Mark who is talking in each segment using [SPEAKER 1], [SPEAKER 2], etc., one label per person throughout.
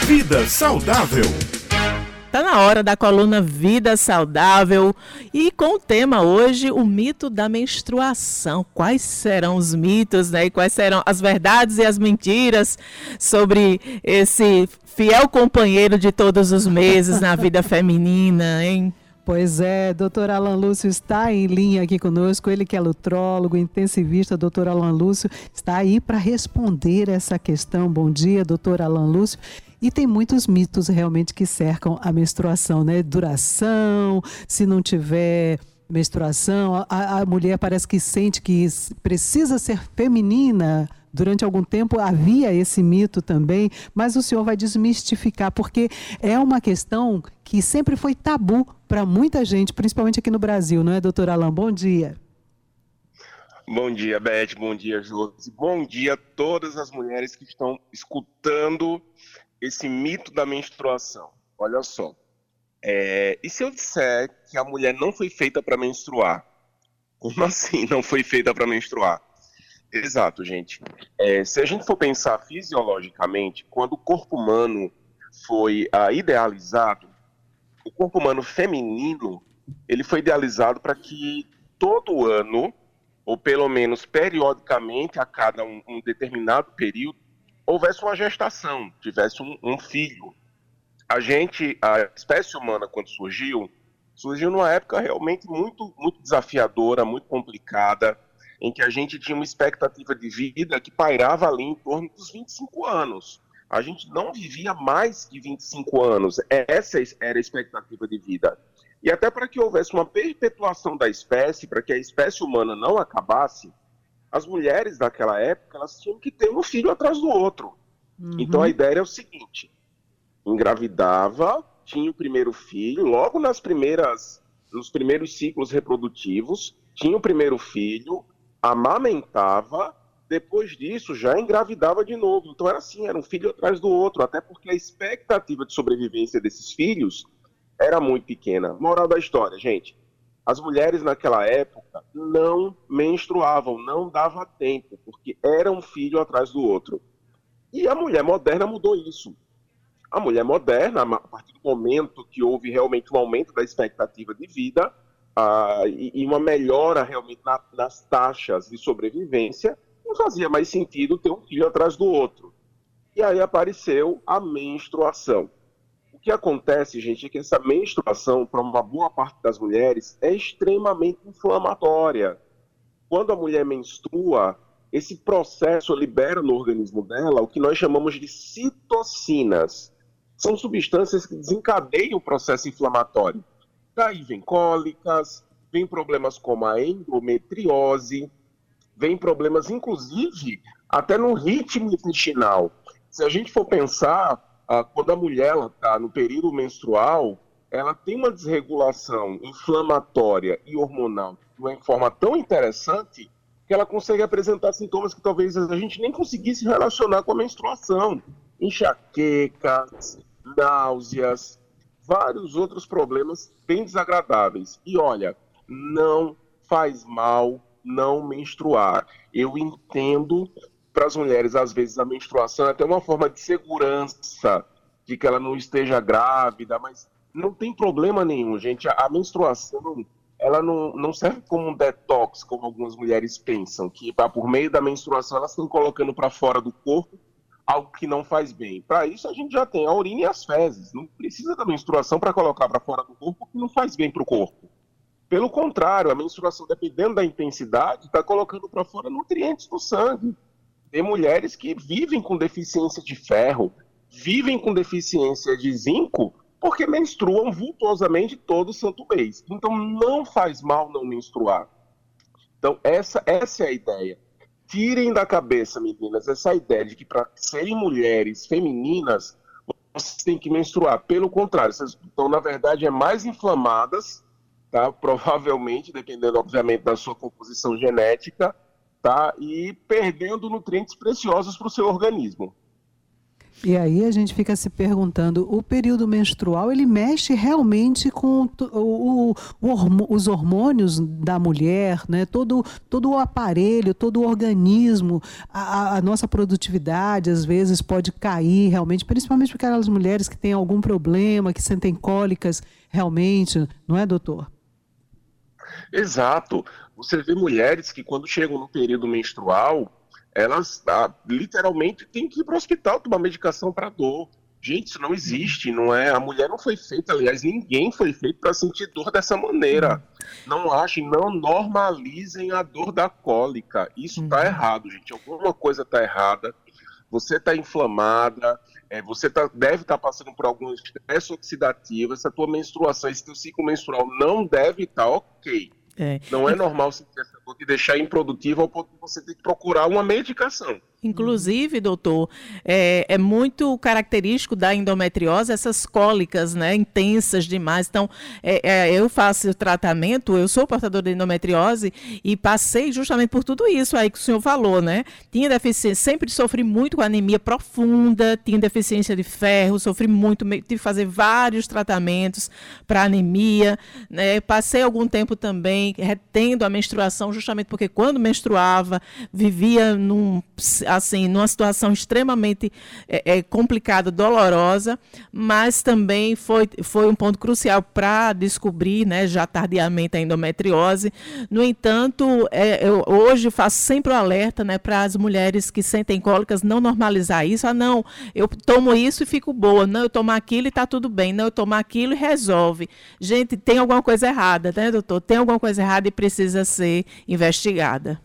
[SPEAKER 1] Vida Saudável.
[SPEAKER 2] Está na hora da coluna Vida Saudável e com o tema hoje, o mito da menstruação. Quais serão os mitos, né? E quais serão as verdades e as mentiras sobre esse fiel companheiro de todos os meses na vida feminina, hein?
[SPEAKER 3] Pois é, doutor Alan Lúcio está em linha aqui conosco, ele que é nutrólogo, intensivista, doutor Alan Lúcio, está aí para responder essa questão. Bom dia, doutor Alan Lúcio. E tem muitos mitos realmente que cercam a menstruação, né? Duração, se não tiver menstruação, a mulher parece que sente que precisa ser feminina. Durante algum tempo havia esse mito também, mas o senhor vai desmistificar, porque é uma questão que sempre foi tabu para muita gente, principalmente aqui no Brasil, não é, doutor Alan? Bom dia.
[SPEAKER 4] Bom dia, Beth. Bom dia, Josi. Bom dia a todas as mulheres que estão escutando esse mito da menstruação. Olha só. E se eu disser que a mulher não foi feita para menstruar? Como assim não foi feita para menstruar? Exato, gente. Se a gente for pensar fisiologicamente, quando o corpo humano foi idealizado, o corpo humano feminino, ele foi idealizado para que todo ano, ou pelo menos periodicamente, a cada um determinado período, houvesse uma gestação, tivesse um filho. A espécie humana, quando surgiu numa época realmente muito, muito desafiadora, muito complicada, em que a gente tinha uma expectativa de vida que pairava ali em torno dos 25 anos. A gente não vivia mais que 25 anos. Essa era a expectativa de vida. E até para que houvesse uma perpetuação da espécie, para que a espécie humana não acabasse, as mulheres daquela época, elas tinham que ter um filho atrás do outro. Então a ideia era o seguinte: engravidava, tinha o primeiro filho, logo nos primeiros ciclos reprodutivos, tinha o primeiro filho, amamentava, depois disso já engravidava de novo. Então era assim, era um filho atrás do outro, até porque a expectativa de sobrevivência desses filhos era muito pequena. Moral da história, gente, as mulheres naquela época não menstruavam, não dava tempo, porque era um filho atrás do outro. E a mulher moderna mudou isso. A mulher moderna, a partir do momento que houve realmente um aumento da expectativa de vida, e uma melhora realmente nas taxas de sobrevivência, não fazia mais sentido ter um filho atrás do outro. E aí apareceu a menstruação. O que acontece, gente, é que essa menstruação, para uma boa parte das mulheres, é extremamente inflamatória. Quando a mulher menstrua, esse processo libera no organismo dela o que nós chamamos de citocinas. São substâncias que desencadeiam o processo inflamatório. Daí vem cólicas, vem problemas como a endometriose, vem problemas, inclusive, até no ritmo intestinal. Se a gente for pensar, quando a mulher está no período menstrual, ela tem uma desregulação inflamatória e hormonal de uma forma tão interessante que ela consegue apresentar sintomas que talvez a gente nem conseguisse relacionar com a menstruação. Enxaquecas, náuseas, vários outros problemas bem desagradáveis. E olha, não faz mal não menstruar. Eu entendo, para as mulheres, às vezes, a menstruação é até uma forma de segurança, de que ela não esteja grávida, mas não tem problema nenhum, gente. A menstruação, ela não serve como um detox, como algumas mulheres pensam, que por meio da menstruação elas estão colocando para fora do corpo algo que não faz bem. Para isso a gente já tem a urina e as fezes. Não precisa da menstruação para colocar para fora do corpo o que não faz bem para o corpo. Pelo contrário, a menstruação, dependendo da intensidade, está colocando para fora nutrientes do sangue. Tem mulheres que vivem com deficiência de ferro, vivem com deficiência de zinco, porque menstruam vultuosamente todo santo mês. Então não faz mal não menstruar. Então essa é a ideia. Tirem da cabeça, meninas, essa ideia de que para serem mulheres femininas, vocês têm que menstruar. Pelo contrário, vocês estão, na verdade, mais inflamadas, tá? Provavelmente, dependendo, obviamente, da sua composição genética, tá? E perdendo nutrientes preciosos para o seu organismo.
[SPEAKER 3] E aí a gente fica se perguntando, o período menstrual, ele mexe realmente com os hormônios da mulher, né? Todo o aparelho, todo o organismo, a nossa produtividade às vezes pode cair realmente, principalmente para aquelas mulheres que têm algum problema, que sentem cólicas realmente, não é, doutor?
[SPEAKER 4] Exato. Você vê mulheres que quando chegam no período menstrual, elas literalmente têm que ir para o hospital tomar medicação para dor. Gente, isso não existe, não é? A mulher não foi feita, aliás, ninguém foi feito para sentir dor dessa maneira. Não achem, não normalizem a dor da cólica. Isso está errado, gente. Alguma coisa está errada. Você está inflamada, você deve estar passando por algum estresse oxidativo, essa tua menstruação, esse teu ciclo menstrual não deve estar ok. Não é normal sentir essa dor te deixar improdutiva ao ponto de você ter que procurar uma medicação.
[SPEAKER 2] Inclusive, doutor, é muito característico da endometriose essas cólicas, né, intensas demais. Então, eu faço o tratamento, eu sou portador de endometriose e passei justamente por tudo isso aí que o senhor falou, né? Tinha deficiência, sempre sofri muito com anemia profunda, tinha deficiência de ferro, sofri muito, tive que fazer vários tratamentos para anemia, né? Passei algum tempo também retendo a menstruação, justamente porque quando menstruava, vivia numa situação extremamente complicada, dolorosa, mas também foi um ponto crucial para descobrir, né, já tardiamente, a endometriose. No entanto, eu hoje faço sempre o alerta, né, para as mulheres que sentem cólicas não normalizar isso. Não, eu tomo isso e fico boa. Não, eu tomo aquilo e está tudo bem. Não, eu tomo aquilo e resolve. Gente, tem alguma coisa errada, né, doutor? Tem alguma coisa errada e precisa ser investigada.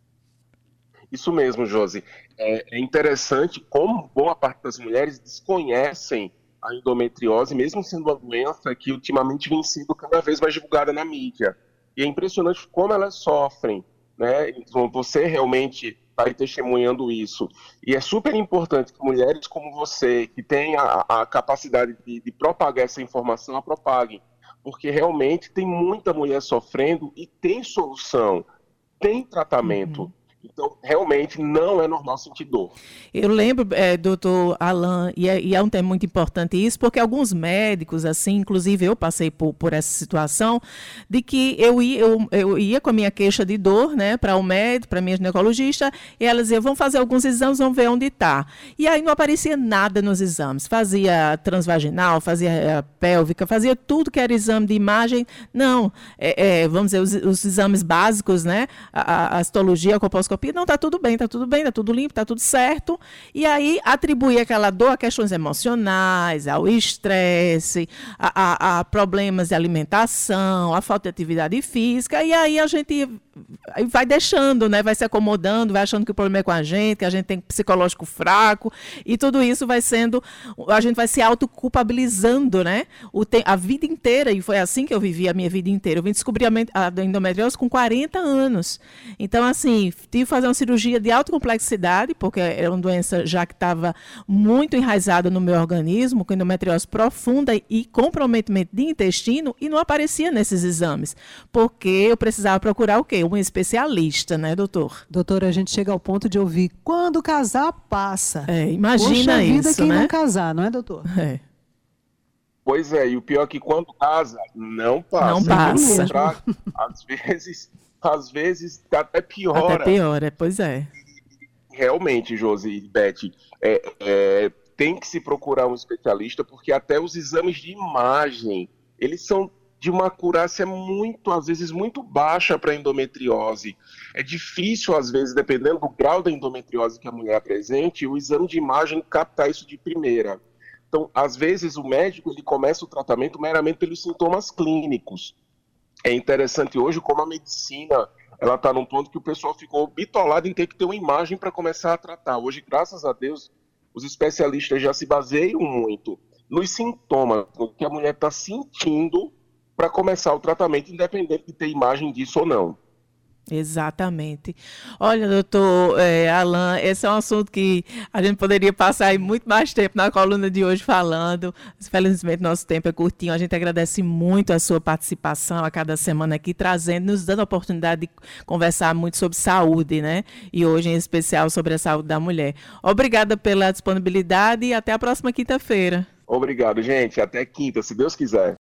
[SPEAKER 4] Isso mesmo, Josi. É interessante como boa parte das mulheres desconhecem a endometriose, mesmo sendo uma doença que ultimamente vem sendo cada vez mais divulgada na mídia. E é impressionante como elas sofrem, né? Então, você realmente está aí testemunhando isso. E é super importante que mulheres como você, que têm a capacidade de propagar essa informação, a propaguem. Porque realmente tem muita mulher sofrendo e tem solução, tem tratamento. Então, realmente, não é normal sentir dor.
[SPEAKER 2] Eu lembro, doutor Alan, e é um tema muito importante isso, porque alguns médicos, assim, inclusive eu passei por essa situação, de que eu ia com a minha queixa de dor, né, para o médico, para a minha ginecologista, e ela dizia, vamos fazer alguns exames, vamos ver onde está. E aí não aparecia nada nos exames. Fazia transvaginal, fazia pélvica, fazia tudo que era exame de imagem. Não, vamos dizer, os exames básicos, né, a histologia, a colposcopia, não, está tudo bem, está tudo limpo, está tudo certo. E aí atribuir aquela dor a questões emocionais, ao estresse, a problemas de alimentação, a falta de atividade física, e aí a gente vai deixando, né? Vai se acomodando, vai achando que o problema é com a gente, que a gente tem psicológico fraco, e tudo isso vai sendo, a gente vai se autoculpabilizando, né? A vida inteira, e foi assim que eu vivi a minha vida inteira. Eu vim descobrir a endometriose com 40 anos. Então, assim, tive que fazer uma cirurgia de alta complexidade, porque era uma doença já que estava muito enraizada no meu organismo, com endometriose profunda e comprometimento de intestino, e não aparecia nesses exames, porque eu precisava procurar o quê? Um especialista, né, doutor?
[SPEAKER 3] Doutora, a gente chega ao ponto de ouvir, quando casar, passa.
[SPEAKER 2] Imagina. Poxa vida,
[SPEAKER 3] isso, quem
[SPEAKER 2] né?
[SPEAKER 3] não casar, não é, doutor?
[SPEAKER 4] Pois é, e o pior é que quando casa, não passa.
[SPEAKER 2] Não passa.
[SPEAKER 4] Às vezes até piora.
[SPEAKER 2] Até piora, pois é.
[SPEAKER 4] Realmente, Josi e Beth, tem que se procurar um especialista, porque até os exames de imagem, eles são de uma acurácia às vezes, muito baixa para endometriose. É difícil, às vezes, dependendo do grau da endometriose que a mulher apresente, o exame de imagem captar isso de primeira. Então, às vezes, o médico ele começa o tratamento meramente pelos sintomas clínicos. É interessante hoje como a medicina ela está num ponto que o pessoal ficou bitolado em ter que ter uma imagem para começar a tratar. Hoje, graças a Deus, os especialistas já se baseiam muito nos sintomas, no que a mulher está sentindo para começar o tratamento, independente de ter imagem disso ou não.
[SPEAKER 2] Exatamente. Olha, doutor Alan, esse é um assunto que a gente poderia passar aí muito mais tempo na coluna de hoje falando. Infelizmente, nosso tempo é curtinho. A gente agradece muito a sua participação a cada semana aqui, trazendo, nos dando a oportunidade de conversar muito sobre saúde, né? E hoje, em especial, sobre a saúde da mulher. Obrigada pela disponibilidade e até a próxima quinta-feira.
[SPEAKER 4] Obrigado, gente. Até quinta, se Deus quiser.